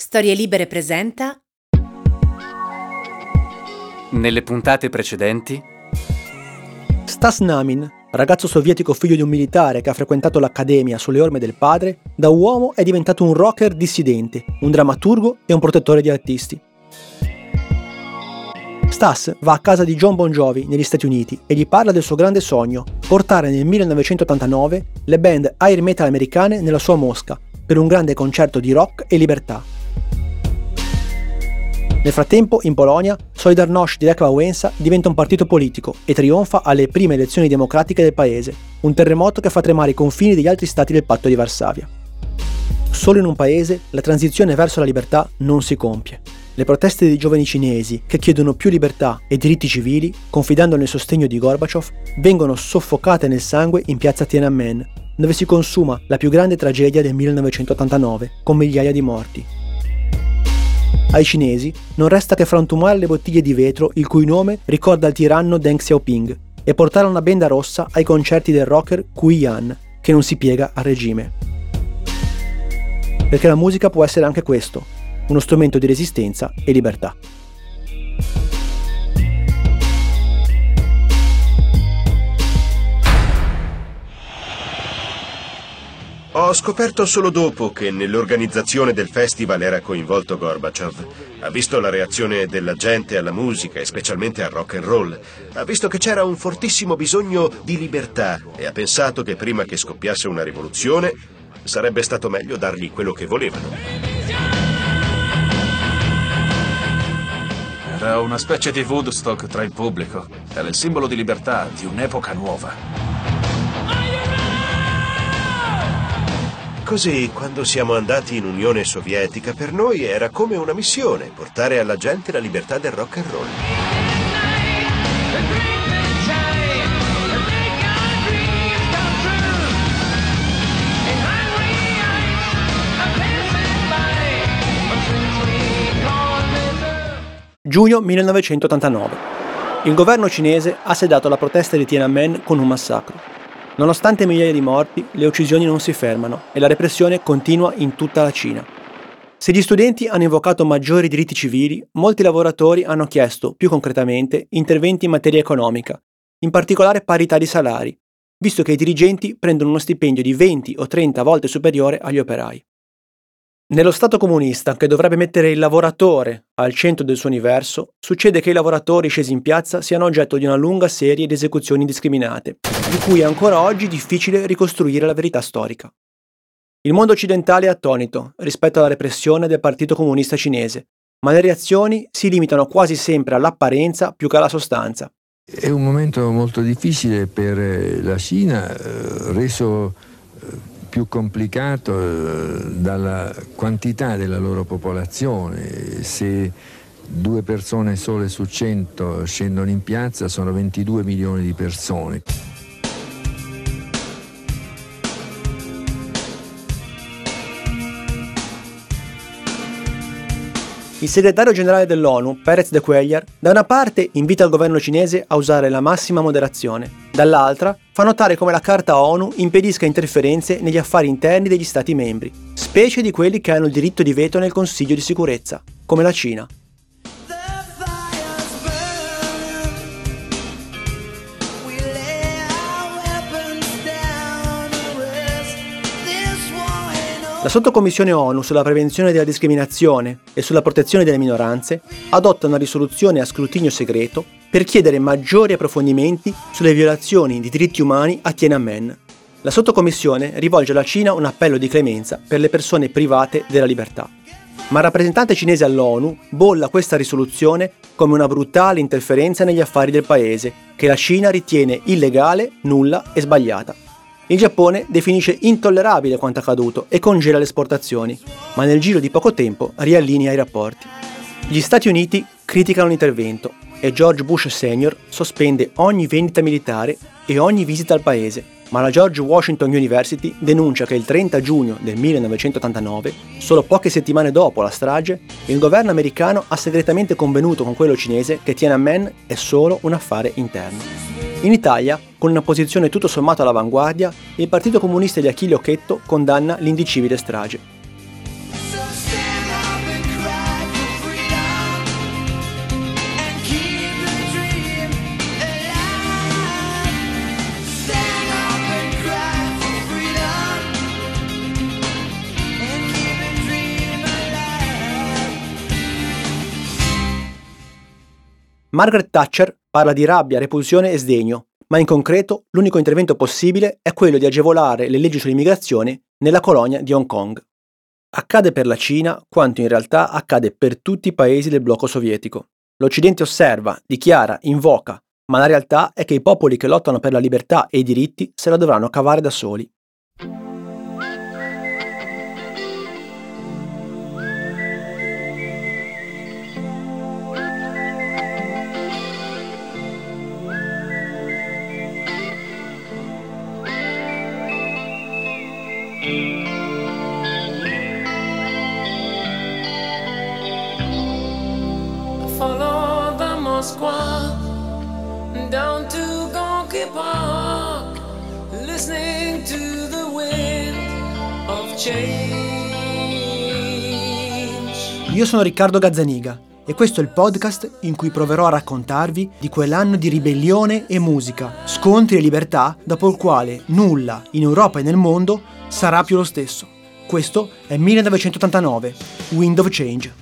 Storie Libere presenta. Nelle puntate precedenti, Stas Namin, ragazzo sovietico figlio di un militare che ha frequentato l'accademia sulle orme del padre, da uomo è diventato un rocker dissidente, un drammaturgo e un protettore di artisti. Stas va a casa di Jon Bon Jovi negli Stati Uniti e gli parla del suo grande sogno, portare nel 1989 le band air metal americane nella sua Mosca per un grande concerto di rock e libertà. Nel frattempo, in Polonia, Solidarność di Lech Wałęsa diventa un partito politico e trionfa alle prime elezioni democratiche del paese, un terremoto che fa tremare i confini degli altri stati del Patto di Varsavia. Solo in un paese la transizione verso la libertà non si compie. Le proteste dei giovani cinesi, che chiedono più libertà e diritti civili, confidando nel sostegno di Gorbaciov, vengono soffocate nel sangue in piazza Tiananmen, dove si consuma la più grande tragedia del 1989, con migliaia di morti. Ai cinesi non resta che frantumare le bottiglie di vetro il cui nome ricorda il tiranno Deng Xiaoping e portare una benda rossa ai concerti del rocker Kui Yan, che non si piega al regime. Perché la musica può essere anche questo, uno strumento di resistenza e libertà. Ho scoperto solo dopo che nell'organizzazione del festival era coinvolto Gorbaciov. Ha visto la reazione della gente alla musica e specialmente al rock and roll. Ha visto che c'era un fortissimo bisogno di libertà e ha pensato che prima che scoppiasse una rivoluzione sarebbe stato meglio dargli quello che volevano. Era una specie di Woodstock tra il pubblico. Era il simbolo di libertà di un'epoca nuova. Così, quando siamo andati in Unione Sovietica, per noi era come una missione, portare alla gente la libertà del rock and roll. Giugno 1989. Il governo cinese ha sedato la protesta di Tiananmen con un massacro. Nonostante migliaia di morti, le uccisioni non si fermano e la repressione continua in tutta la Cina. Se gli studenti hanno invocato maggiori diritti civili, molti lavoratori hanno chiesto, più concretamente, interventi in materia economica, in particolare parità di salari, visto che i dirigenti prendono uno stipendio di 20 o 30 volte superiore agli operai. Nello Stato comunista, che dovrebbe mettere il lavoratore al centro del suo universo, succede che i lavoratori scesi in piazza siano oggetto di una lunga serie di esecuzioni indiscriminate, di cui è ancora oggi difficile ricostruire la verità storica. Il mondo occidentale è attonito rispetto alla repressione del Partito Comunista Cinese, ma le reazioni si limitano quasi sempre all'apparenza più che alla sostanza. È un momento molto difficile per la Cina, reso più complicato dalla quantità della loro popolazione. Se 2 persone sole su 100 scendono in piazza, sono 22 milioni di persone. Il segretario generale dell'ONU, Pérez de Cuéllar, da una parte invita il governo cinese a usare la massima moderazione, dall'altra fa notare come la Carta ONU impedisca interferenze negli affari interni degli Stati membri, specie di quelli che hanno il diritto di veto nel Consiglio di sicurezza, come la Cina. La sottocommissione ONU sulla prevenzione della discriminazione e sulla protezione delle minoranze adotta una risoluzione a scrutinio segreto per chiedere maggiori approfondimenti sulle violazioni di diritti umani a Tiananmen. La sottocommissione rivolge alla Cina un appello di clemenza per le persone private della libertà. Ma il rappresentante cinese all'ONU bolla questa risoluzione come una brutale interferenza negli affari del paese, che la Cina ritiene illegale, nulla e sbagliata. Il Giappone definisce intollerabile quanto accaduto e congela le esportazioni, ma nel giro di poco tempo riallinea i rapporti. Gli Stati Uniti criticano l'intervento e George Bush Sr. sospende ogni vendita militare e ogni visita al paese, ma la George Washington University denuncia che il 30 giugno del 1989, solo poche settimane dopo la strage, il governo americano ha segretamente convenuto con quello cinese che Tiananmen è solo un affare interno. In Italia, con una posizione tutto sommato all'avanguardia, il Partito Comunista di Achille Occhetto condanna l'indicibile strage. Margaret Thatcher parla di rabbia, repulsione e sdegno, ma in concreto l'unico intervento possibile è quello di agevolare le leggi sull'immigrazione nella colonia di Hong Kong. Accade per la Cina quanto in realtà accade per tutti i paesi del blocco sovietico. L'Occidente osserva, dichiara, invoca, ma la realtà è che i popoli che lottano per la libertà e i diritti se la dovranno cavare da soli. Follow the Moskva down to Gonky Park, listening to the wind of change. Io sono Riccardo Gazzaniga e questo è il podcast in cui proverò a raccontarvi di quell'anno di ribellione e musica, scontri e libertà dopo il quale nulla in Europa e nel mondo sarà più lo stesso. Questo è 1989, Wind of Change.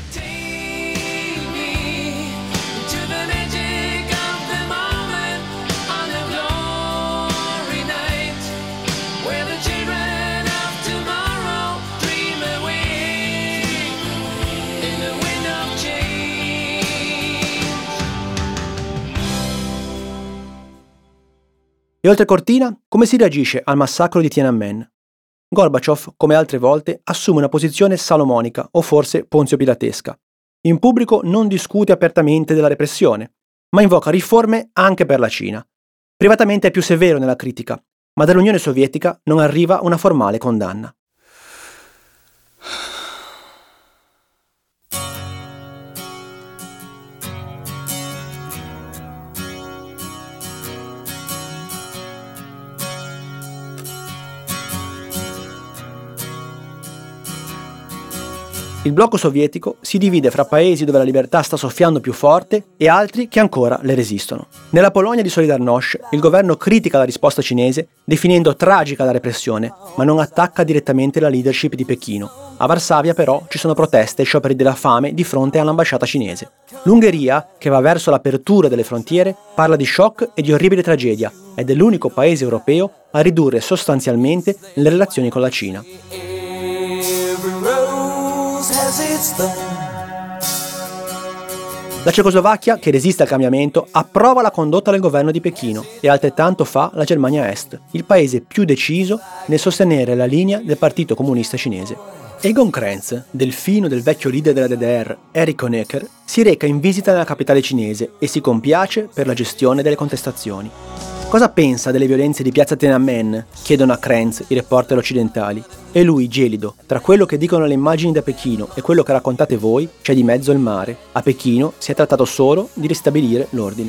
E oltre cortina, come si reagisce al massacro di Tiananmen? Gorbaciov, come altre volte, assume una posizione salomonica o forse ponzio pilatesca. In pubblico non discute apertamente della repressione, ma invoca riforme anche per la Cina. Privatamente è più severo nella critica, ma dall'Unione Sovietica non arriva una formale condanna. Il blocco sovietico si divide fra paesi dove la libertà sta soffiando più forte e altri che ancora le resistono. Nella Polonia di Solidarność il governo critica la risposta cinese definendo tragica la repressione, ma non attacca direttamente la leadership di Pechino. A Varsavia però ci sono proteste e scioperi della fame di fronte all'ambasciata cinese. L'Ungheria, che va verso l'apertura delle frontiere, parla di shock e di orribile tragedia ed è l'unico paese europeo a ridurre sostanzialmente le relazioni con la Cina. La Cecoslovacchia, che resiste al cambiamento, approva la condotta del governo di Pechino e altrettanto fa la Germania Est, il paese più deciso nel sostenere la linea del Partito Comunista Cinese. Egon Krenz, delfino del vecchio leader della DDR, Erich Honecker, si reca in visita nella capitale cinese e si compiace per la gestione delle contestazioni. Cosa pensa delle violenze di piazza Tiananmen? Chiedono a Krenz i reporter occidentali. E lui, gelido, tra quello che dicono le immagini da Pechino e quello che raccontate voi, c'è di mezzo il mare. A Pechino si è trattato solo di ristabilire l'ordine.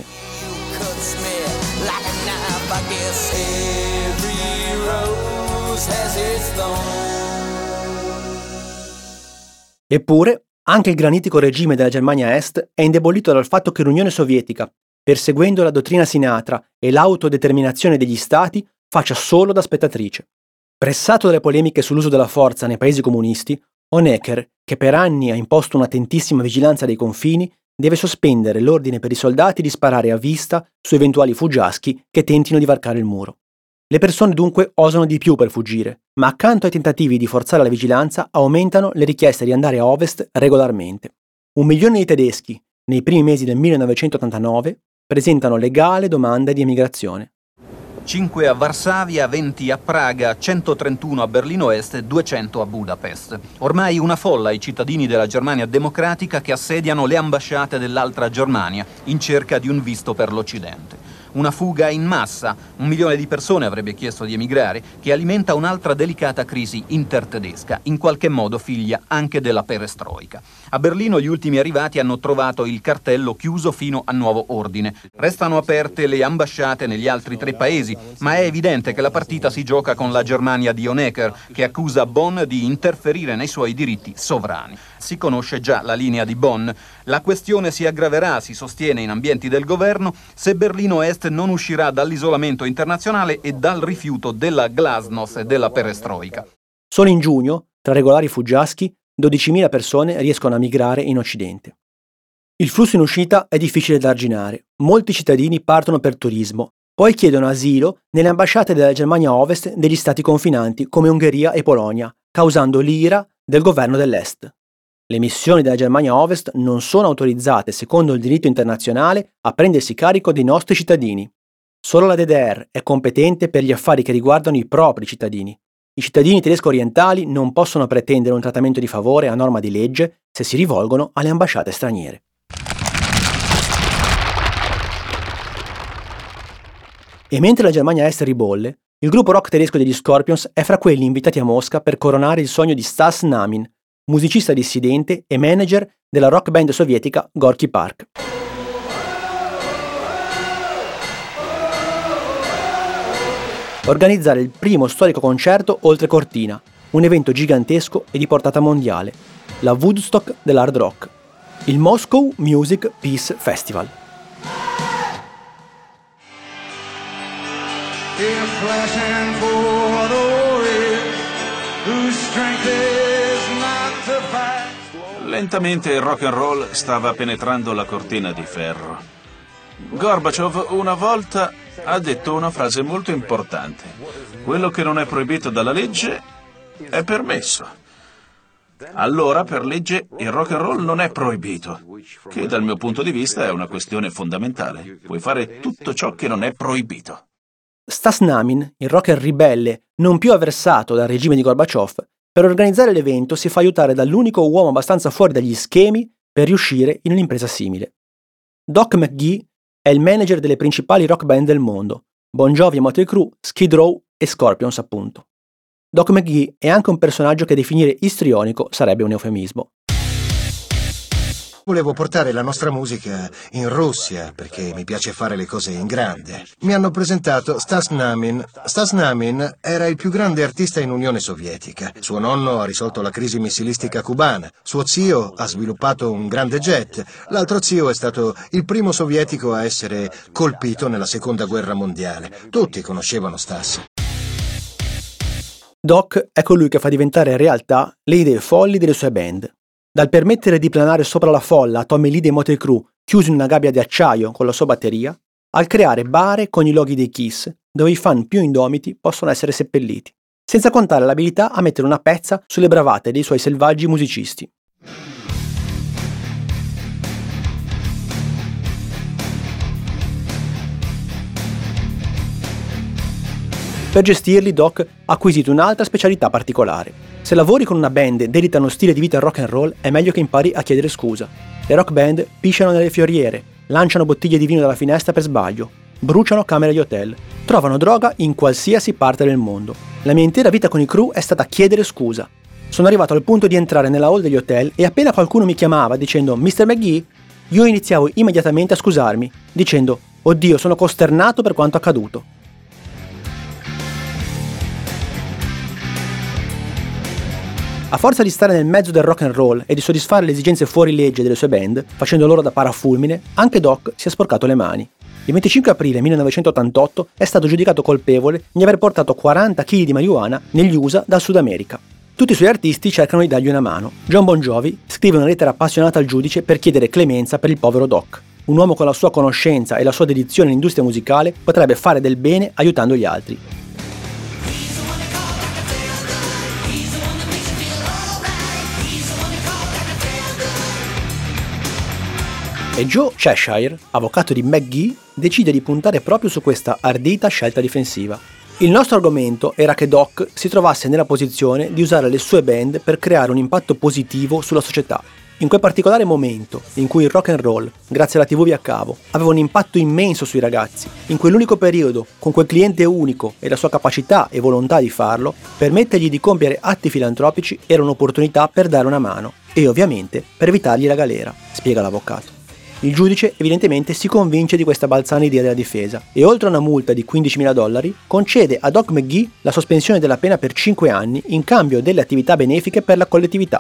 Eppure, anche il granitico regime della Germania Est è indebolito dal fatto che l'Unione Sovietica, perseguendo la dottrina Sinatra e l'autodeterminazione degli stati, faccia solo da spettatrice. Pressato dalle polemiche sull'uso della forza nei paesi comunisti, Honecker, che per anni ha imposto un'attentissima vigilanza dei confini, deve sospendere l'ordine per i soldati di sparare a vista su eventuali fuggiaschi che tentino di varcare il muro. Le persone dunque osano di più per fuggire, ma accanto ai tentativi di forzare la vigilanza aumentano le richieste di andare a ovest regolarmente. 1 milione di tedeschi, nei primi mesi del 1989, presentano legale domanda di emigrazione. 5 a Varsavia, 20 a Praga, 131 a Berlino Est e 200 a Budapest. Ormai una folla i cittadini della Germania democratica che assediano le ambasciate dell'altra Germania in cerca di un visto per l'Occidente. Una fuga in massa, 1 milione di persone avrebbe chiesto di emigrare, che alimenta un'altra delicata crisi intertedesca, in qualche modo figlia anche della perestroica. A Berlino gli ultimi arrivati hanno trovato il cartello chiuso fino a nuovo ordine. Restano aperte le ambasciate negli altri 3 paesi, ma è evidente che la partita si gioca con la Germania di Honecker, che accusa Bonn di interferire nei suoi diritti sovrani. Si conosce già la linea di Bonn. La questione si aggraverà, si sostiene in ambienti del governo, se Berlino Est non uscirà dall'isolamento internazionale e dal rifiuto della glasnost e della perestroica. Solo in giugno, tra regolari fuggiaschi, 12.000 persone riescono a migrare in Occidente. Il flusso in uscita è difficile da arginare. Molti cittadini partono per turismo, poi chiedono asilo nelle ambasciate della Germania Ovest degli stati confinanti come Ungheria e Polonia, causando l'ira del governo dell'Est. Le missioni della Germania Ovest non sono autorizzate, secondo il diritto internazionale, a prendersi carico dei nostri cittadini. Solo la DDR è competente per gli affari che riguardano i propri cittadini. I cittadini tedesco-orientali non possono pretendere un trattamento di favore a norma di legge se si rivolgono alle ambasciate straniere. E mentre la Germania Est ribolle, il gruppo rock tedesco degli Scorpions è fra quelli invitati a Mosca per coronare il sogno di Stas Namin, musicista dissidente e manager della rock band sovietica Gorky Park. Organizzare il primo storico concerto oltre cortina, un evento gigantesco e di portata mondiale, la Woodstock dell'hard rock, il Moscow Music Peace Festival. Lentamente il rock and roll stava penetrando la cortina di ferro. Gorbaciov una volta ha detto una frase molto importante. Quello che non è proibito dalla legge è permesso. Allora, per legge, il rock and roll non è proibito, che dal mio punto di vista è una questione fondamentale. Puoi fare tutto ciò che non è proibito. Stas Namin, il rocker ribelle non più avversato dal regime di Gorbaciov, per organizzare l'evento si fa aiutare dall'unico uomo abbastanza fuori dagli schemi per riuscire in un'impresa simile. Doc McGhee è il manager delle principali rock band del mondo, Bon Jovi e Motley Crue, Skid Row e Scorpions appunto. Doc McGhee è anche un personaggio che definire istrionico sarebbe un eufemismo. Volevo portare la nostra musica in Russia perché mi piace fare le cose in grande. Mi hanno presentato Stas Namin. Stas Namin era il più grande artista in Unione Sovietica. Suo nonno ha risolto la crisi missilistica cubana. Suo zio ha sviluppato un grande jet. L'altro zio è stato il primo sovietico a essere colpito nella Seconda Guerra Mondiale. Tutti conoscevano Stas. Doc è colui che fa diventare realtà le idee folli delle sue band. Dal permettere di planare sopra la folla a Tommy Lee dei Motley Crue chiuso in una gabbia di acciaio con la sua batteria, al creare bare con i loghi dei Kiss, dove i fan più indomiti possono essere seppelliti, senza contare l'abilità a mettere una pezza sulle bravate dei suoi selvaggi musicisti. Per gestirli, Doc ha acquisito un'altra specialità particolare. Se lavori con una band dedita a uno stile di vita rock and roll, è meglio che impari a chiedere scusa. Le rock band pisciano nelle fioriere, lanciano bottiglie di vino dalla finestra per sbaglio, bruciano camere di hotel, trovano droga in qualsiasi parte del mondo. La mia intera vita con i Crue è stata chiedere scusa. Sono arrivato al punto di entrare nella hall degli hotel e appena qualcuno mi chiamava dicendo Mr. McGhee, io iniziavo immediatamente a scusarmi, dicendo oddio, sono costernato per quanto accaduto. A forza di stare nel mezzo del rock and roll e di soddisfare le esigenze fuori legge delle sue band, facendo loro da parafulmine, anche Doc si è sporcato le mani. Il 25 aprile 1988 è stato giudicato colpevole di aver portato 40 kg di marijuana negli USA dal Sud America. Tutti i suoi artisti cercano di dargli una mano. John Bon Jovi scrive una lettera appassionata al giudice per chiedere clemenza per il povero Doc. Un uomo con la sua conoscenza e la sua dedizione all'industria musicale potrebbe fare del bene aiutando gli altri. E Joe Cheshire, avvocato di McGhee, decide di puntare proprio su questa ardita scelta difensiva. Il nostro argomento era che Doc si trovasse nella posizione di usare le sue band per creare un impatto positivo sulla società. In quel particolare momento, in cui il rock and roll, grazie alla TV via cavo, aveva un impatto immenso sui ragazzi, in quell'unico periodo, con quel cliente unico e la sua capacità e volontà di farlo, permettergli di compiere atti filantropici era un'opportunità per dare una mano e ovviamente per evitargli la galera, spiega l'avvocato. Il giudice evidentemente si convince di questa balzana idea della difesa e oltre a una multa di $15.000 concede a Doc McGhee la sospensione della pena per 5 anni in cambio delle attività benefiche per la collettività.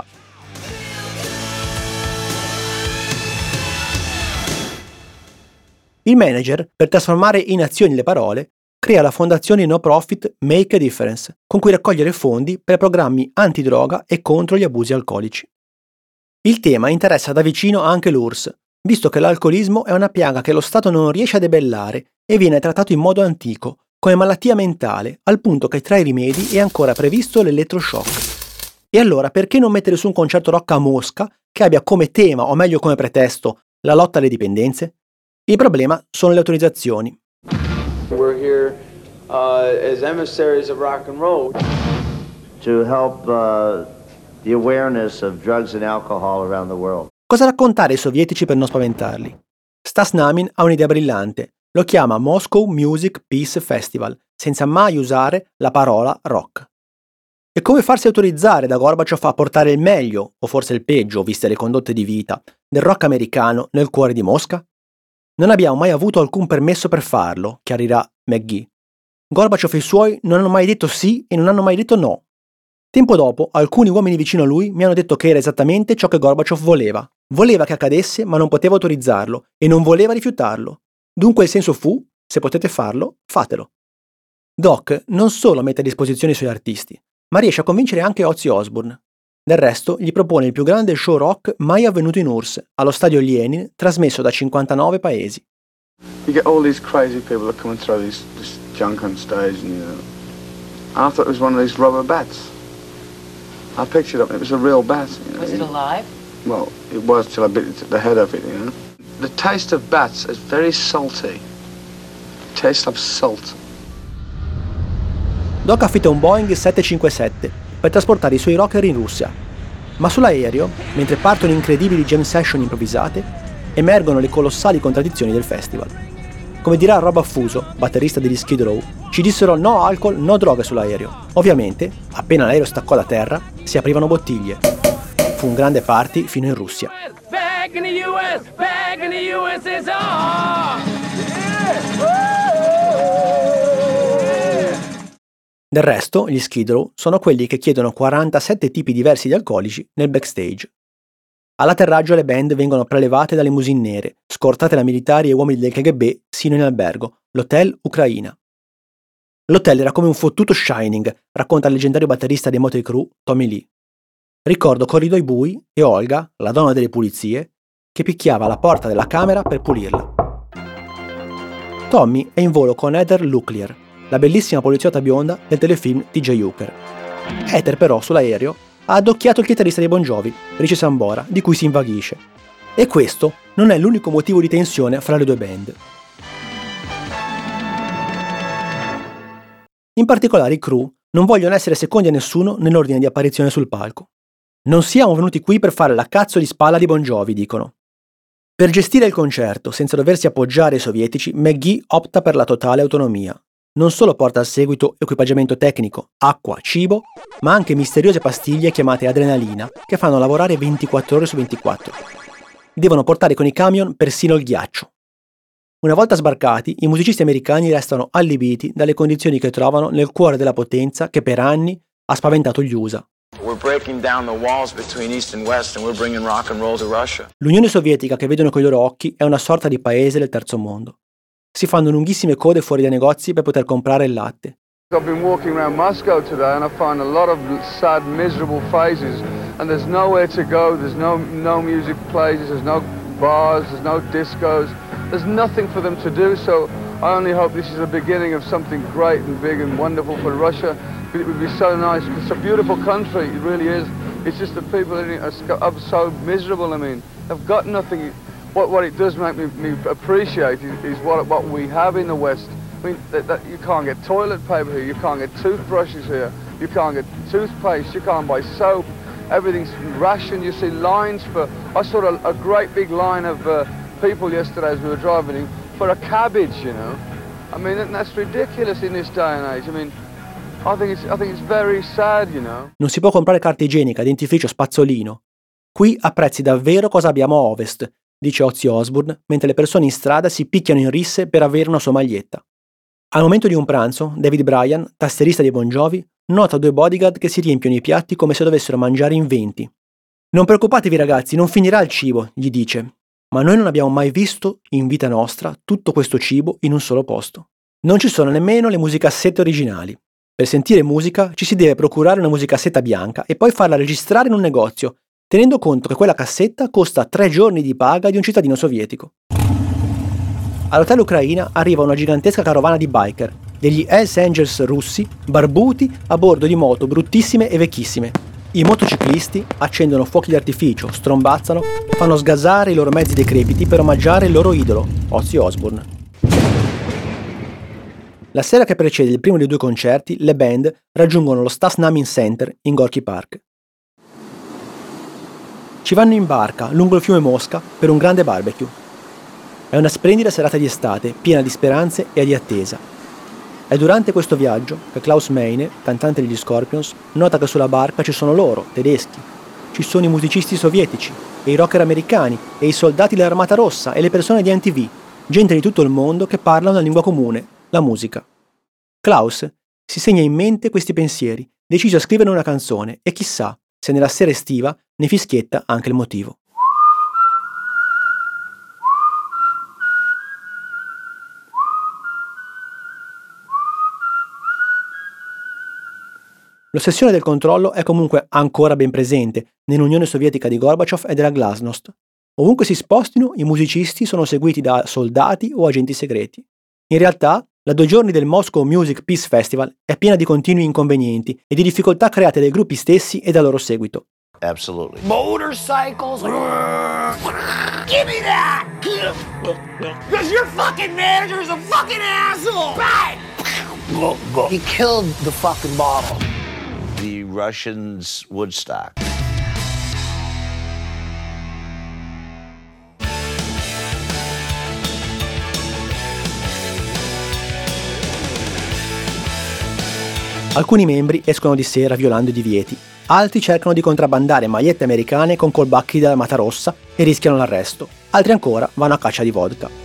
Il manager, per trasformare in azioni le parole, crea la fondazione no profit Make a Difference, con cui raccogliere fondi per programmi antidroga e contro gli abusi alcolici. Il tema interessa da vicino anche l'URSS, visto che l'alcolismo è una piaga che lo Stato non riesce a debellare e viene trattato in modo antico, come malattia mentale, al punto che tra i rimedi è ancora previsto l'elettroshock. E allora perché non mettere su un concerto rock a Mosca che abbia come tema, o meglio come pretesto, la lotta alle dipendenze? Il problema sono le autorizzazioni. We're here as emissaries of rock and roll to help the awareness of drugs and alcohol around the world. Cosa raccontare ai sovietici per non spaventarli? Stas Namin ha un'idea brillante, lo chiama Moscow Music Peace Festival, senza mai usare la parola rock. E come farsi autorizzare da Gorbaciov a portare il meglio, o forse il peggio, viste le condotte di vita, del rock americano nel cuore di Mosca? Non abbiamo mai avuto alcun permesso per farlo, chiarirà McGee. Gorbaciov e i suoi non hanno mai detto sì e non hanno mai detto no. Tempo dopo, alcuni uomini vicino a lui mi hanno detto che era esattamente ciò che Gorbaciov voleva. Voleva che accadesse, ma non poteva autorizzarlo, e non voleva rifiutarlo. Dunque il senso fu, se potete farlo, fatelo. Doc non solo mette a disposizione i suoi artisti, ma riesce a convincere anche Ozzy Osbourne. Del resto, gli propone il più grande show rock mai avvenuto in URSS, allo stadio Lenin, trasmesso da 59 paesi. You get all these crazy people that come and throw this junk on stage, and I thought it was one of these rubber bats. I picked it up and it was a real bat. Was it alive? Well, it was till I bit the head of it, The taste of bats is very salty. Taste of salt. Doc affitta un Boeing 757 per trasportare i suoi rocker in Russia, ma sull'aereo, mentre partono incredibili jam session improvvisate, emergono le colossali contraddizioni del festival. Come dirà Rob Affuso, batterista degli Skid Row, ci dissero no alcol, no droghe sull'aereo. Ovviamente, appena l'aereo staccò da terra, si aprivano bottiglie. Fu un grande party fino in Russia. Back in the US, back in the USSR. Del resto, gli Skid Row sono quelli che chiedono 47 tipi diversi di alcolici nel backstage. All'atterraggio le band vengono prelevate da limousine nere, scortate da militari e uomini del KGB sino in albergo, l'Hotel Ucraina. L'hotel era come un fottuto Shining, racconta il leggendario batterista dei Motley Crue, Tommy Lee. Ricordo corridoi bui e Olga, la donna delle pulizie, che picchiava alla porta della camera per pulirla. Tommy è in volo con Heather Locklear, la bellissima poliziotta bionda del telefilm TJ Hooker. Heather però sull'aereo ha addocchiato il chitarrista dei Bon Jovi, Richie Sambora, di cui si invaghisce. E questo non è l'unico motivo di tensione fra le due band. In particolare i Crue non vogliono essere secondi a nessuno nell'ordine di apparizione sul palco. Non siamo venuti qui per fare la cazzo di spalla di Bon Jovi, dicono. Per gestire il concerto senza doversi appoggiare ai sovietici, McGee opta per la totale autonomia. Non solo porta al seguito equipaggiamento tecnico, acqua, cibo, ma anche misteriose pastiglie chiamate adrenalina che fanno lavorare 24 ore su 24. Devono portare con i camion persino il ghiaccio. Una volta sbarcati, i musicisti americani restano allibiti dalle condizioni che trovano nel cuore della potenza che per anni ha spaventato gli USA. L'Unione Sovietica che vedono coi loro occhi è una sorta di paese del terzo mondo. Si fanno lunghissime code fuori dai negozi per poter comprare il latte. I've been walking around Moscow today and I find a lot of sad, miserable faces and there's nowhere to go, there's no music places, there's no bars, there's no discos, there's nothing for them to do, so I only hope this is the beginning of something great and big and wonderful for Russia. It would be so nice. It's a beautiful country, it really is. It's just the people in it are so miserable, I mean, they've got nothing. What it does make me appreciate is what we have in the West. I mean, that you can't get toilet paper here, you can't get toothbrushes here, you can't get toothpaste, you can't buy soap, everything's rationed. You see lines for, I saw a great big line of people yesterday as we were driving in for a cabbage, I mean, that's ridiculous in this day and age. I mean, I think it's very sad, Non si può comprare carta igienica, dentifricio, spazzolino. Qui apprezzi davvero cosa abbiamo a Ovest, dice Ozzy Osbourne, mentre le persone in strada si picchiano in risse per avere una sua maglietta. Al momento di un pranzo, David Bryan, tastierista dei Bon Jovi, nota due bodyguard che si riempiono i piatti come se dovessero mangiare in 20. Non preoccupatevi ragazzi, non finirà il cibo, gli dice. Ma noi non abbiamo mai visto, in vita nostra, tutto questo cibo in un solo posto. Non ci sono nemmeno le musicassette originali. Per sentire musica ci si deve procurare una musicassetta bianca e poi farla registrare in un negozio, tenendo conto che quella cassetta costa 3 giorni di paga di un cittadino sovietico. All'hotel Ucraina arriva una gigantesca carovana di biker, degli Hells Angels russi, barbuti a bordo di moto bruttissime e vecchissime. I motociclisti accendono fuochi d'artificio, strombazzano, fanno sgasare i loro mezzi decrepiti per omaggiare il loro idolo, Ozzy Osbourne. La sera che precede il primo dei 2 concerti, le band raggiungono lo Stas Namin Center in Gorky Park. Ci vanno in barca lungo il fiume Mosca per un grande barbecue. È una splendida serata di estate, piena di speranze e di attesa. È durante questo viaggio che Klaus Meine, cantante degli Scorpions, nota che sulla barca ci sono loro, tedeschi. Ci sono i musicisti sovietici, e i rocker americani, e i soldati dell'Armata Rossa, e le persone di MTV, gente di tutto il mondo che parla una lingua comune, la musica. Klaus si segna in mente questi pensieri, deciso a scrivere una canzone, e chissà se nella sera estiva ne fischietta anche il motivo. L'ossessione del controllo è comunque ancora ben presente nell'Unione Sovietica di Gorbaciov e della Glasnost. Ovunque si spostino, i musicisti sono seguiti da soldati o agenti segreti. In realtà, la 2 giorni del Moscow Music Peace Festival è piena di continui inconvenienti e di difficoltà create dai gruppi stessi e dal loro seguito. Absolutely. Motorcycles. Give me that! Because your fucking manager is a fucking asshole! Bang! He killed the fucking bottle. The Russians' Woodstock. Alcuni membri escono di sera violando i divieti, altri cercano di contrabbandare magliette americane con colbacchi dell'Armata Rossa e rischiano l'arresto, altri ancora vanno a caccia di vodka.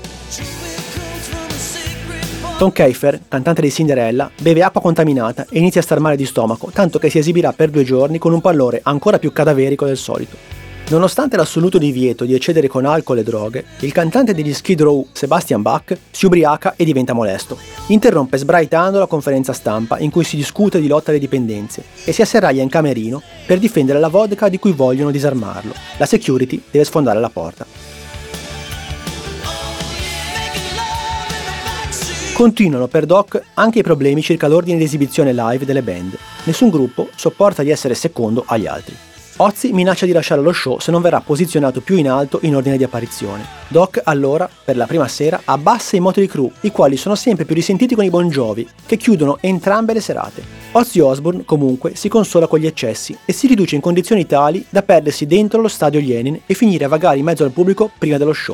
Tom Keifer, cantante di Cinderella, beve acqua contaminata e inizia a star male di stomaco, tanto che si esibirà per 2 giorni con un pallore ancora più cadaverico del solito. Nonostante l'assoluto divieto di eccedere con alcol e droghe, il cantante degli Skid Row, Sebastian Bach, si ubriaca e diventa molesto. Interrompe sbraitando la conferenza stampa in cui si discute di lotta alle dipendenze e si asserraglia in camerino per difendere la vodka di cui vogliono disarmarlo. La security deve sfondare la porta. Continuano per Doc anche i problemi circa l'ordine di esibizione live delle band. Nessun gruppo sopporta di essere secondo agli altri. Ozzy minaccia di lasciare lo show se non verrà posizionato più in alto in ordine di apparizione. Doc allora, per la prima sera, abbassa i Motley Crue, i quali sono sempre più risentiti con i Bon Jovi, che chiudono entrambe le serate. Ozzy Osbourne, comunque, si consola con gli eccessi e si riduce in condizioni tali da perdersi dentro lo stadio Lenin e finire a vagare in mezzo al pubblico prima dello show.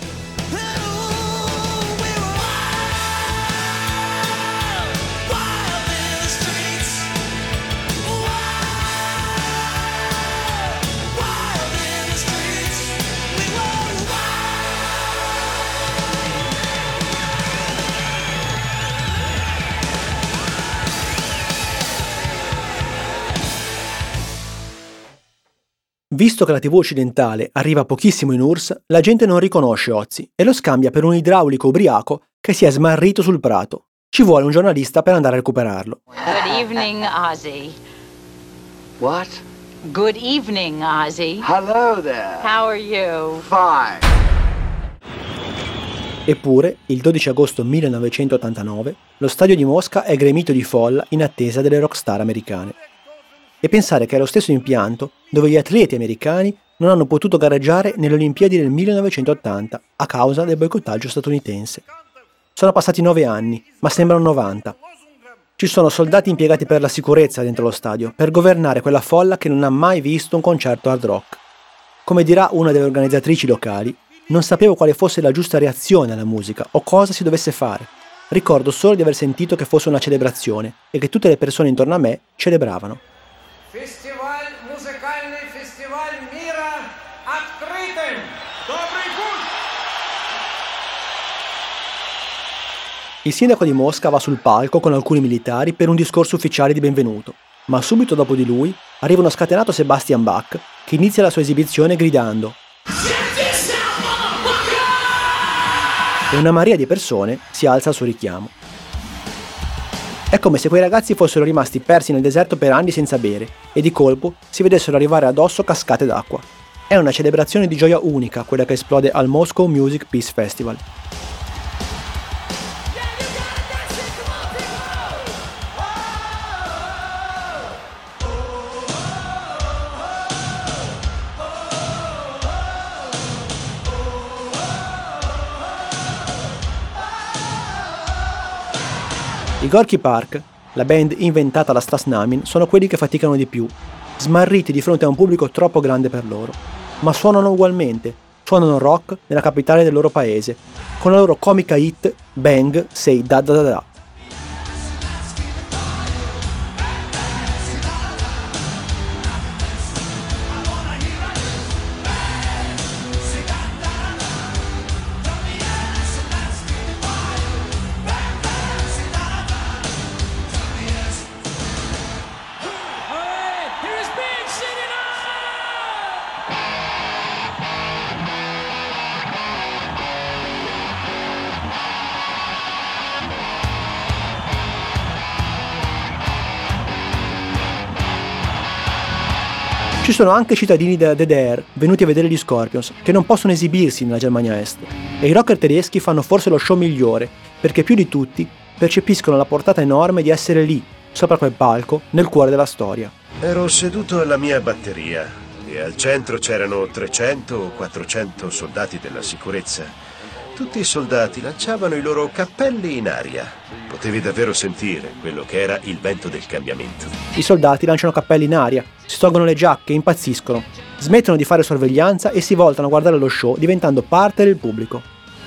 Visto che la TV occidentale arriva pochissimo in URSS, la gente non riconosce Ozzy e lo scambia per un idraulico ubriaco che si è smarrito sul prato. Ci vuole un giornalista per andare a recuperarlo. Good evening, Ozzy. What? Good evening, Ozzy. Hello there. How are you? Fine. Eppure, il 12 agosto 1989, lo stadio di Mosca è gremito di folla in attesa delle rockstar americane. E pensare che è lo stesso impianto dove gli atleti americani non hanno potuto gareggiare nelle Olimpiadi del 1980 a causa del boicottaggio statunitense. Sono passati 9 anni, ma sembrano 90. Ci sono soldati impiegati per la sicurezza dentro lo stadio, per governare quella folla che non ha mai visto un concerto hard rock. Come dirà una delle organizzatrici locali, non sapevo quale fosse la giusta reazione alla musica o cosa si dovesse fare. Ricordo solo di aver sentito che fosse una celebrazione e che tutte le persone intorno a me celebravano. Фестиваль, музыкальный фестиваль мира открытым! Добрый путь! Il sindaco di Mosca va sul palco con alcuni militari per un discorso ufficiale di benvenuto, ma subito dopo di lui arriva uno scatenato Sebastian Bach che inizia la sua esibizione gridando e una marea di persone si alza al suo richiamo. È come se quei ragazzi fossero rimasti persi nel deserto per anni senza bere e di colpo si vedessero arrivare addosso cascate d'acqua. È una celebrazione di gioia unica quella che esplode al Moscow Music Peace Festival. I Gorky Park, la band inventata da Stas Namin, sono quelli che faticano di più, smarriti di fronte a un pubblico troppo grande per loro. Ma suonano ugualmente, suonano rock nella capitale del loro paese, con la loro comica hit Bang Say Da Da Da Da. Ci sono anche cittadini della DDR venuti a vedere gli Scorpions, che non possono esibirsi nella Germania Est. E i rocker tedeschi fanno forse lo show migliore, perché più di tutti percepiscono la portata enorme di essere lì, sopra quel palco, nel cuore della storia. Ero seduto alla mia batteria e al centro c'erano 300 o 400 soldati della sicurezza. Tutti i soldati lanciavano i loro cappelli in aria. Potevi davvero sentire quello che era il vento del cambiamento. I soldati lanciano cappelli in aria, si tolgono le giacche, impazziscono, smettono di fare sorveglianza e si voltano a guardare lo show diventando parte del pubblico.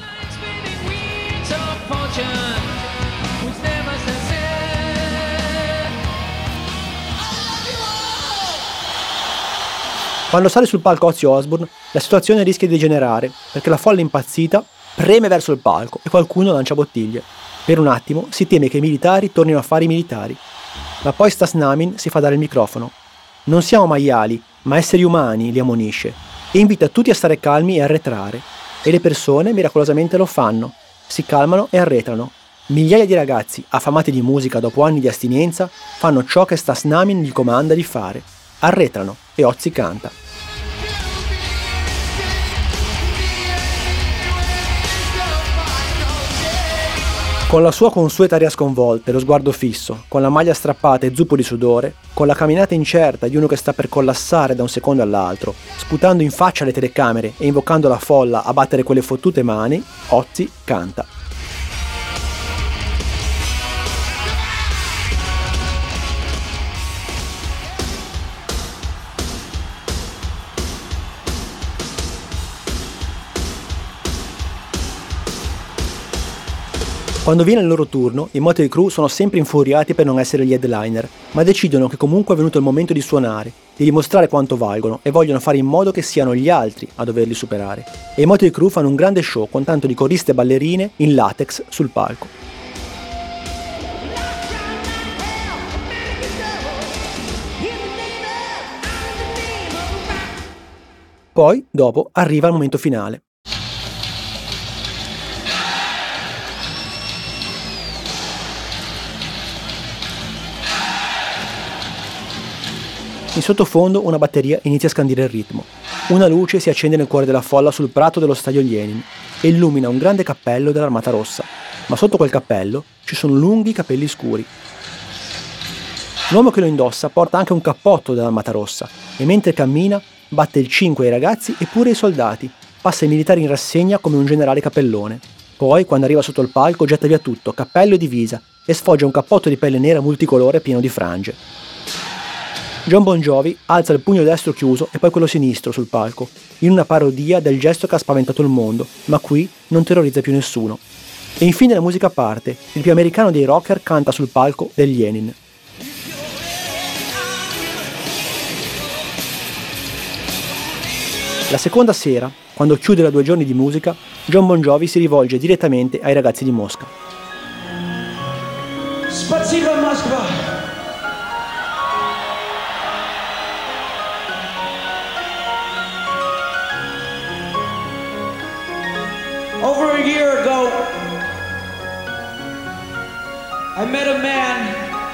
Quando sale sul palco Ozzy Osbourne, la situazione rischia di degenerare, perché la folla impazzita preme verso il palco e qualcuno lancia bottiglie. Per un attimo si teme che i militari tornino a fare i militari. Ma poi Stas Namin si fa dare il microfono. Non siamo maiali, ma esseri umani, li ammonisce, e invita tutti a stare calmi e arretrare. E le persone miracolosamente lo fanno. Si calmano e arretrano. Migliaia di ragazzi, affamati di musica dopo anni di astinenza, fanno ciò che Stas Namin gli comanda di fare. Arretrano e Ozzy canta. Con la sua consueta aria sconvolta e lo sguardo fisso, con la maglia strappata e zuppo di sudore, con la camminata incerta di uno che sta per collassare da un secondo all'altro, sputando in faccia alle telecamere e invocando la folla a battere quelle fottute mani, Ozzy canta. Quando viene il loro turno, i Motley Crue sono sempre infuriati per non essere gli headliner, ma decidono che comunque è venuto il momento di suonare, di dimostrare quanto valgono e vogliono fare in modo che siano gli altri a doverli superare. E i Motley Crue fanno un grande show con tanto di coriste e ballerine in latex sul palco. Poi, dopo, arriva il momento finale. In sottofondo una batteria inizia a scandire il ritmo. Una luce si accende nel cuore della folla sul prato dello stadio Lenin e illumina un grande cappello dell'Armata Rossa, ma sotto quel cappello ci sono lunghi capelli scuri. L'uomo che lo indossa porta anche un cappotto dell'Armata Rossa e mentre cammina batte il 5 ai ragazzi e pure ai soldati, passa i militari in rassegna come un generale capellone. Poi, quando arriva sotto il palco, getta via tutto, cappello e divisa, e sfoggia un cappotto di pelle nera multicolore pieno di frange. Jon Bon Jovi alza il pugno destro chiuso e poi quello sinistro sul palco, in una parodia del gesto che ha spaventato il mondo, ma qui non terrorizza più nessuno. E infine la musica parte, il più americano dei rocker canta sul palco del Lenin. La seconda sera, quando chiude la 2 giorni di musica, Jon Bon Jovi si rivolge direttamente ai ragazzi di Mosca. Spasibo Moskva! Over a year ago, I met a man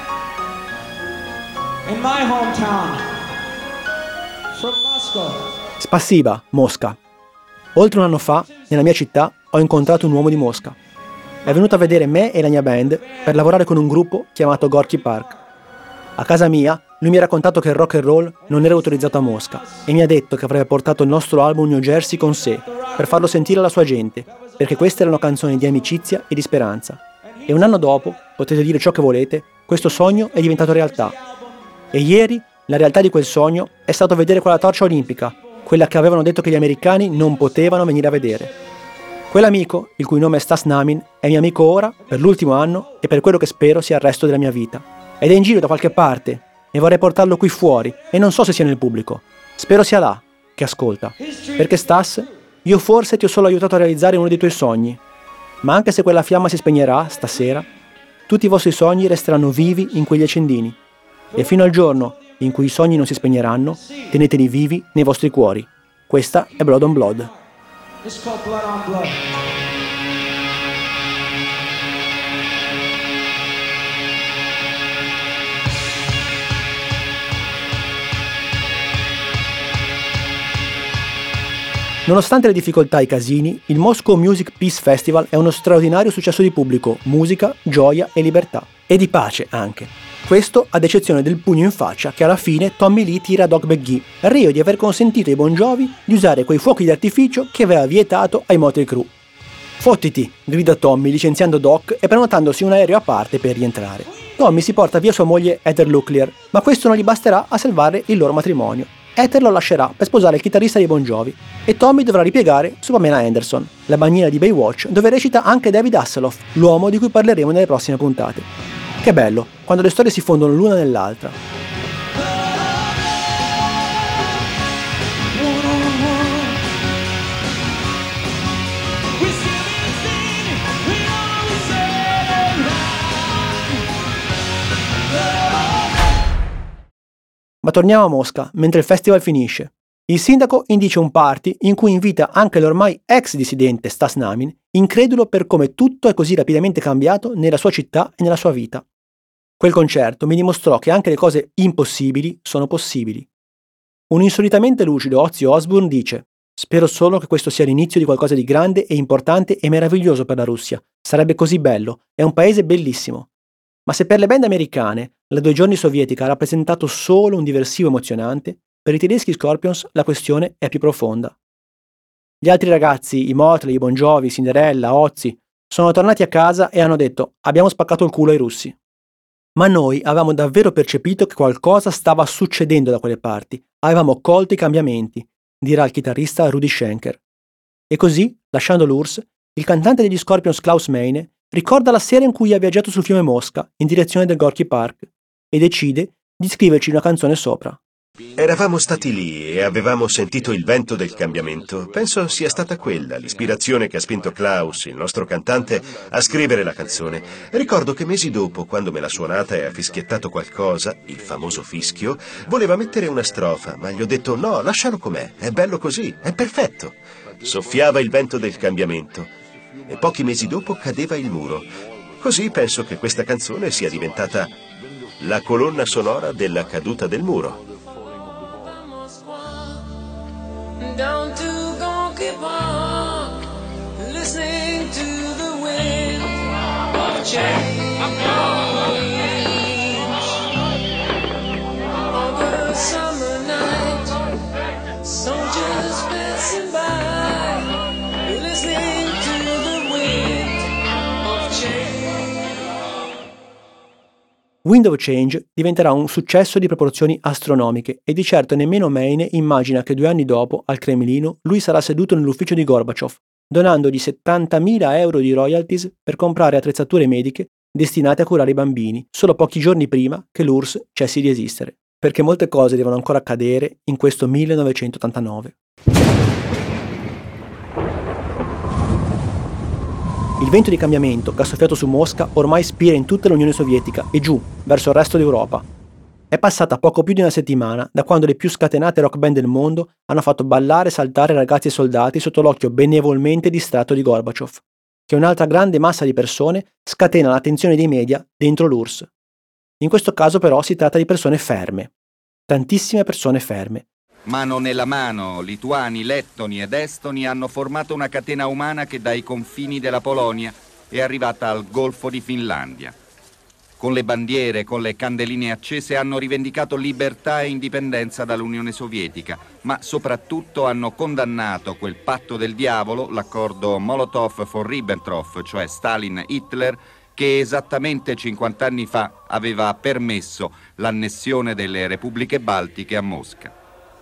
in my hometown from Moscow. Spasiba, Mosca. Oltre un anno fa, nella mia città, ho incontrato un uomo di Mosca. È venuto a vedere me e la mia band per lavorare con un gruppo chiamato Gorky Park. A casa mia, lui mi ha raccontato che il rock and roll non era autorizzato a Mosca e mi ha detto che avrebbe portato il nostro album New Jersey con sé per farlo sentire alla sua gente, perché queste erano canzoni di amicizia e di speranza. E un anno dopo, potete dire ciò che volete, questo sogno è diventato realtà. E ieri, la realtà di quel sogno è stato vedere quella torcia olimpica, quella che avevano detto che gli americani non potevano venire a vedere. Quell'amico, il cui nome è Stas Namin, è mio amico ora, per l'ultimo anno e per quello che spero sia il resto della mia vita. Ed è in giro da qualche parte e vorrei portarlo qui fuori e non so se sia nel pubblico. Spero sia là, che ascolta. Perché Stas, io forse ti ho solo aiutato a realizzare uno dei tuoi sogni. Ma anche se quella fiamma si spegnerà stasera, tutti i vostri sogni resteranno vivi in quegli accendini. E fino al giorno in cui i sogni non si spegneranno, teneteli vivi nei vostri cuori. Questa è Blood on Blood. It's called Blood on Blood. Nonostante le difficoltà e i casini, il Moscow Music Peace Festival è uno straordinario successo di pubblico, musica, gioia e libertà. E di pace anche. Questo ad eccezione del pugno in faccia che alla fine Tommy Lee tira a Doc McGhee, reo di aver consentito ai Bon Jovi di usare quei fuochi di artificio che aveva vietato ai Motley Crue. Fottiti, grida Tommy licenziando Doc e prenotandosi un aereo a parte per rientrare. Tommy si porta via sua moglie Heather Locklear, ma questo non gli basterà a salvare il loro matrimonio. Heather lo lascerà per sposare il chitarrista dei Bon Jovi e Tommy dovrà ripiegare su Pamela Anderson, la bagnina di Baywatch, dove recita anche David Hasselhoff, l'uomo di cui parleremo nelle prossime puntate. Che bello, quando le storie si fondono l'una nell'altra. Ma torniamo a Mosca, mentre il festival finisce. Il sindaco indice un party in cui invita anche l'ormai ex dissidente Stas Namin, incredulo per come tutto è così rapidamente cambiato nella sua città e nella sua vita. Quel concerto mi dimostrò che anche le cose impossibili sono possibili. Un insolitamente lucido Ozzy Osbourne dice: «Spero solo che questo sia l'inizio di qualcosa di grande e importante e meraviglioso per la Russia. Sarebbe così bello, è un paese bellissimo». Ma se per le band americane la 2 giorni sovietica ha rappresentato solo un diversivo emozionante, per i tedeschi Scorpions la questione è più profonda. Gli altri ragazzi, i Motley, i Bon Jovi, Cinderella, Ozzy, sono tornati a casa e hanno detto: «Abbiamo spaccato il culo ai russi». Ma noi avevamo davvero percepito che qualcosa stava succedendo da quelle parti, avevamo colto i cambiamenti, dirà il chitarrista Rudy Schenker. E così, lasciando l'URSS, il cantante degli Scorpions Klaus Meine ricorda la sera in cui ha viaggiato sul fiume Mosca in direzione del Gorky Park e decide di scriverci una canzone sopra. Eravamo stati lì e avevamo sentito il vento del cambiamento. Penso sia stata quella l'ispirazione che ha spinto Klaus, il nostro cantante, a scrivere la canzone. Ricordo che mesi dopo, quando me l'ha suonata e ha fischiettato qualcosa, il famoso fischio, voleva mettere una strofa, ma gli ho detto: «No, lascialo com'è, è bello così, è perfetto». Soffiava il vento del cambiamento e pochi mesi dopo cadeva il muro. Così penso che questa canzone sia diventata la colonna sonora della caduta del muro. Down to Gorky Park, listening to the wind of change. Of a summer night, soldiers passing by, listening to the wind of change. Wind of Change diventerà un successo di proporzioni astronomiche e di certo nemmeno Meine immagina che 2 anni dopo, al Cremlino, lui sarà seduto nell'ufficio di Gorbaciov, donandogli 70.000 euro di royalties per comprare attrezzature mediche destinate a curare i bambini, solo pochi giorni prima che l'URSS cessi di esistere. Perché molte cose devono ancora accadere in questo 1989. Il vento di cambiamento che ha soffiato su Mosca ormai spira in tutta l'Unione Sovietica e giù, verso il resto d'Europa. È passata poco più di una settimana da quando le più scatenate rock band del mondo hanno fatto ballare e saltare ragazzi e soldati sotto l'occhio benevolmente distratto di Gorbaciov. che un'altra grande massa di persone scatena l'attenzione dei media dentro l'URSS. In questo caso però si tratta di persone ferme, tantissime persone ferme. Mano nella mano, lituani, lettoni ed estoni hanno formato una catena umana che dai confini della Polonia è arrivata al Golfo di Finlandia. Con le bandiere, con le candeline accese hanno rivendicato libertà e indipendenza dall'Unione Sovietica, ma soprattutto hanno condannato quel patto del diavolo, l'accordo Molotov-Ribbentrop, cioè Stalin-Hitler, che esattamente 50 anni fa aveva permesso l'annessione delle repubbliche baltiche a Mosca.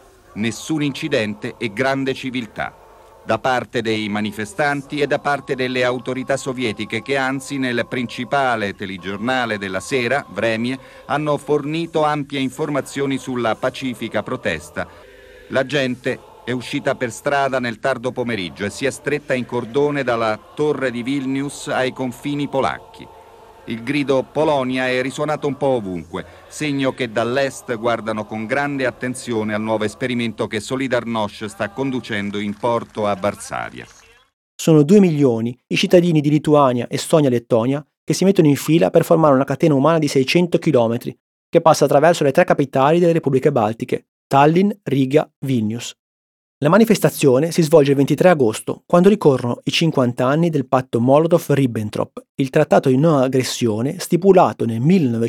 Nessun incidente e grande civiltà da parte dei manifestanti e da parte delle autorità sovietiche che anzi nel principale telegiornale della sera, Vremje, hanno fornito ampie informazioni sulla pacifica protesta. La gente è uscita per strada nel tardo pomeriggio e si è stretta in cordone dalla torre di Vilnius ai confini polacchi. Il grido Polonia è risuonato un po' ovunque, segno che dall'est guardano con grande attenzione al nuovo esperimento che Solidarnosc sta conducendo in porto a Varsavia. Sono 2 milioni i cittadini di Lituania, Estonia e Lettonia che si mettono in fila per formare una catena umana di 600 km che passa attraverso le 3 capitali delle repubbliche baltiche, Tallinn, Riga, Vilnius. La manifestazione si svolge il 23 agosto, quando ricorrono i 50 anni del patto Molotov-Ribbentrop, il trattato di non aggressione stipulato nel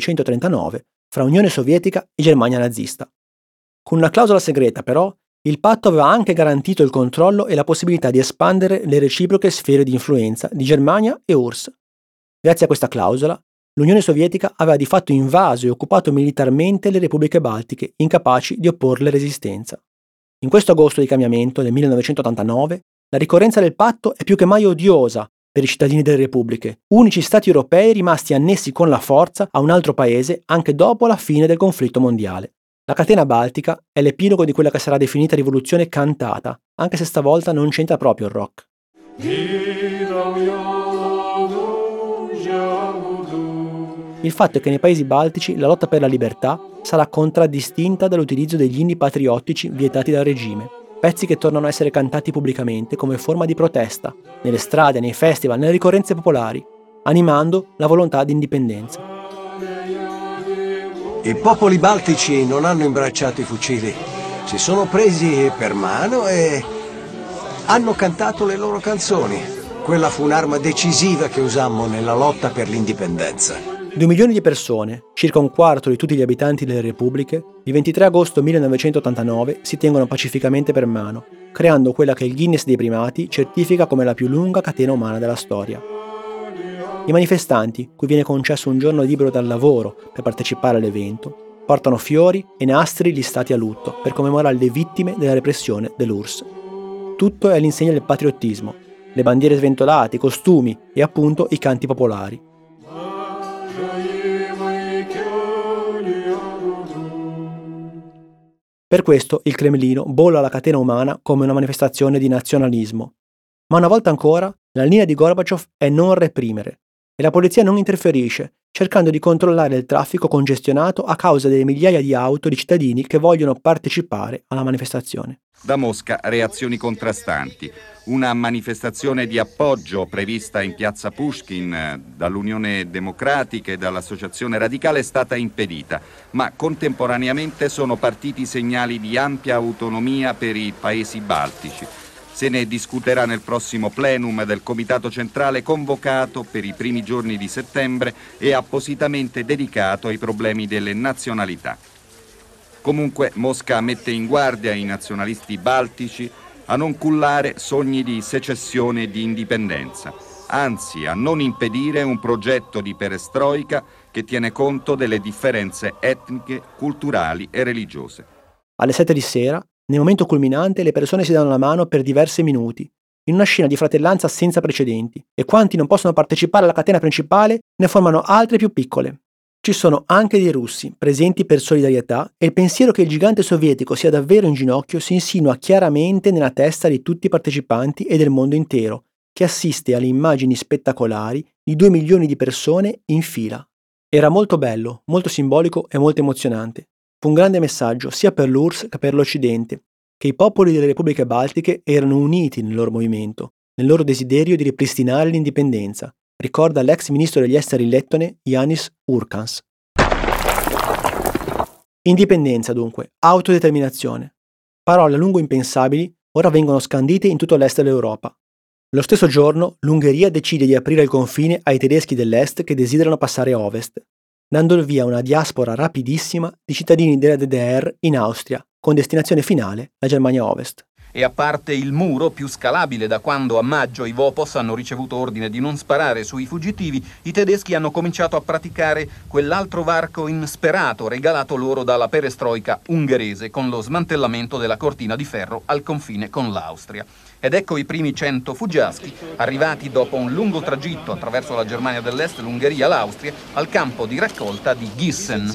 1939 fra Unione Sovietica e Germania nazista. Con una clausola segreta, però, il patto aveva anche garantito il controllo e la possibilità di espandere le reciproche sfere di influenza di Germania e URSS. Grazie a questa clausola, l'Unione Sovietica aveva di fatto invaso e occupato militarmente le repubbliche baltiche, incapaci di opporle resistenza. In questo agosto di cambiamento del 1989, la ricorrenza del patto è più che mai odiosa per i cittadini delle repubbliche, unici stati europei rimasti annessi con la forza a un altro paese anche dopo la fine del conflitto mondiale. La catena baltica è l'epilogo di quella che sarà definita rivoluzione cantata, anche se stavolta non c'entra proprio il rock. Il fatto è che nei paesi baltici la lotta per la libertà sarà contraddistinta dall'utilizzo degli inni patriottici vietati dal regime, pezzi che tornano a essere cantati pubblicamente come forma di protesta, nelle strade, nei festival, nelle ricorrenze popolari, animando la volontà di indipendenza. I popoli baltici non hanno imbracciato i fucili, si sono presi per mano e hanno cantato le loro canzoni. Quella fu un'arma decisiva che usammo nella lotta per l'indipendenza. 2 milioni di persone, circa un quarto di tutti gli abitanti delle repubbliche, il 23 agosto 1989 si tengono pacificamente per mano, creando quella che il Guinness dei primati certifica come la più lunga catena umana della storia. I manifestanti, cui viene concesso un giorno libero dal lavoro per partecipare all'evento, portano fiori e nastri listati a lutto per commemorare le vittime della repressione dell'URSS. Tutto è all'insegna del patriottismo, le bandiere sventolate, i costumi e appunto i canti popolari. Per questo il Cremlino bolla la catena umana come una manifestazione di nazionalismo. Ma una volta ancora, la linea di Gorbaciov è non reprimere e la polizia non interferisce, cercando di controllare il traffico congestionato a causa delle migliaia di auto di cittadini che vogliono partecipare alla manifestazione. Da Mosca reazioni contrastanti. Una manifestazione di appoggio prevista in piazza Pushkin dall'Unione Democratica e dall'Associazione Radicale è stata impedita, ma contemporaneamente sono partiti segnali di ampia autonomia per i paesi baltici. Se ne discuterà nel prossimo plenum del Comitato Centrale convocato per i primi giorni di settembre e appositamente dedicato ai problemi delle nazionalità. Comunque Mosca mette in guardia i nazionalisti baltici a non cullare sogni di secessione e di indipendenza, anzi a non impedire un progetto di perestroika che tiene conto delle differenze etniche, culturali e religiose. Alle 7 di sera, nel momento culminante, le persone si danno la mano per diversi minuti, in una scena di fratellanza senza precedenti, e quanti non possono partecipare alla catena principale ne formano altre più piccole. Ci sono anche dei russi, presenti per solidarietà, e il pensiero che il gigante sovietico sia davvero in ginocchio si insinua chiaramente nella testa di tutti i partecipanti e del mondo intero, che assiste alle immagini spettacolari di 2 milioni di persone in fila. Era molto bello, molto simbolico e molto emozionante. Fu un grande messaggio sia per l'URSS che per l'Occidente, che i popoli delle repubbliche baltiche erano uniti nel loro movimento, nel loro desiderio di ripristinare l'indipendenza, ricorda l'ex ministro degli esteri lettone Jānis Urkans. Indipendenza dunque, autodeterminazione. Parole a lungo impensabili ora vengono scandite in tutto l'est dell'Europa. Lo stesso giorno l'Ungheria decide di aprire il confine ai tedeschi dell'est che desiderano passare a ovest, dando il via a una diaspora rapidissima di cittadini della DDR in Austria, con destinazione finale la Germania Ovest. E a parte il muro, più scalabile da quando a maggio i Vopos hanno ricevuto ordine di non sparare sui fuggitivi, i tedeschi hanno cominciato a praticare quell'altro varco insperato regalato loro dalla perestroika ungherese con lo smantellamento della cortina di ferro al confine con l'Austria. Ed ecco i primi 100 fuggiaschi, arrivati dopo un lungo tragitto attraverso la Germania dell'Est, l'Ungheria e l'Austria, al campo di raccolta di Gießen.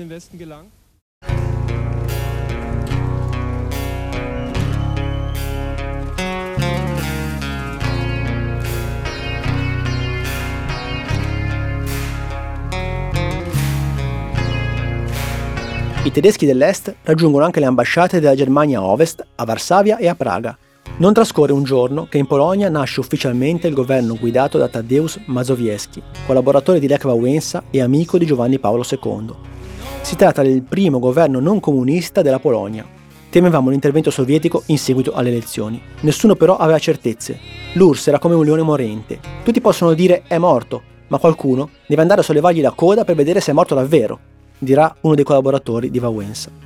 I tedeschi dell'est raggiungono anche le ambasciate della Germania Ovest a Varsavia e a Praga. Non trascorre un giorno che in Polonia nasce ufficialmente il governo guidato da Tadeusz Mazowiecki, collaboratore di Lech Wałęsa e amico di Giovanni Paolo II. Si tratta del primo governo non comunista della Polonia. Temevamo l'intervento sovietico in seguito alle elezioni. Nessuno però aveva certezze. L'URSS era come un leone morente. Tutti possono dire è morto, ma qualcuno deve andare a sollevargli la coda per vedere se è morto davvero, dirà uno dei collaboratori di Wałęsa.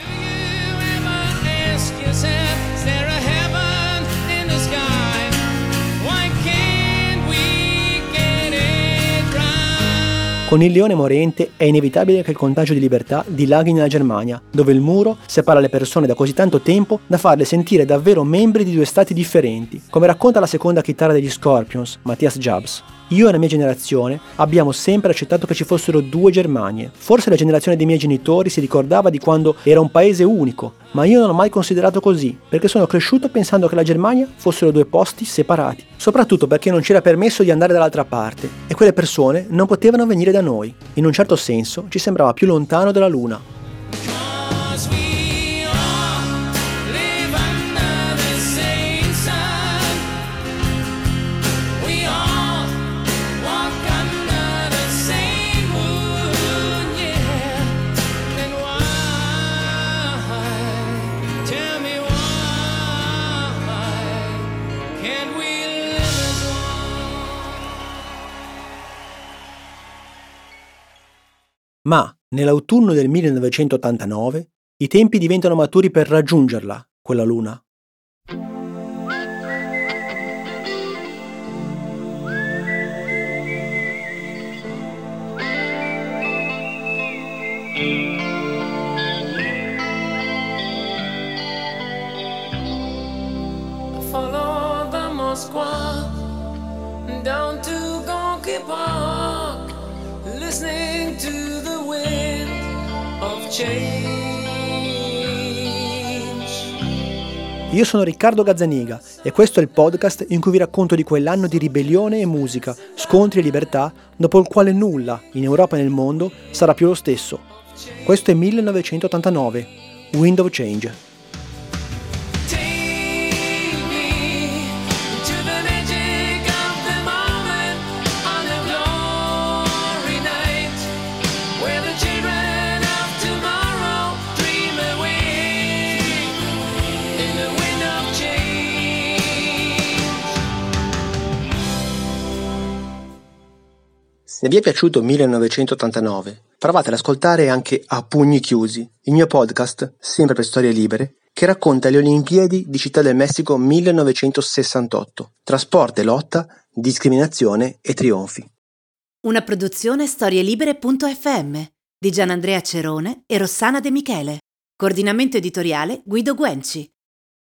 Con il leone morente è inevitabile che il contagio di libertà dilaghi nella Germania, dove il muro separa le persone da così tanto tempo da farle sentire davvero membri di due stati differenti, come racconta la seconda chitarra degli Scorpions, Matthias Jabs. Io e la mia generazione abbiamo sempre accettato che ci fossero due Germanie. Forse la generazione dei miei genitori si ricordava di quando era un paese unico, ma io non l'ho mai considerato così, perché sono cresciuto pensando che la Germania fossero due posti separati. Soprattutto perché non ci era permesso di andare dall'altra parte, e quelle persone non potevano venire da noi. In un certo senso ci sembrava più lontano della Luna. Ma nell'autunno del 1989 i tempi diventano maturi per raggiungerla, quella luna. Follow the Moskva down to Gorky Park, listening to the wind of change. Io sono Riccardo Gazzaniga e questo è il podcast in cui vi racconto di quell'anno di ribellione e musica, scontri e libertà, dopo il quale nulla, in Europa e nel mondo, sarà più lo stesso. Questo è 1989, Wind of Change. Se vi è piaciuto 1989, provate ad ascoltare anche A Pugni Chiusi, il mio podcast, sempre per storie libere, che racconta le Olimpiadi di Città del Messico 1968, tra sport e lotta, discriminazione e trionfi. Una produzione storielibere.fm di Gianandrea Cerone e Rossana De Michele. Coordinamento editoriale Guido Guenci.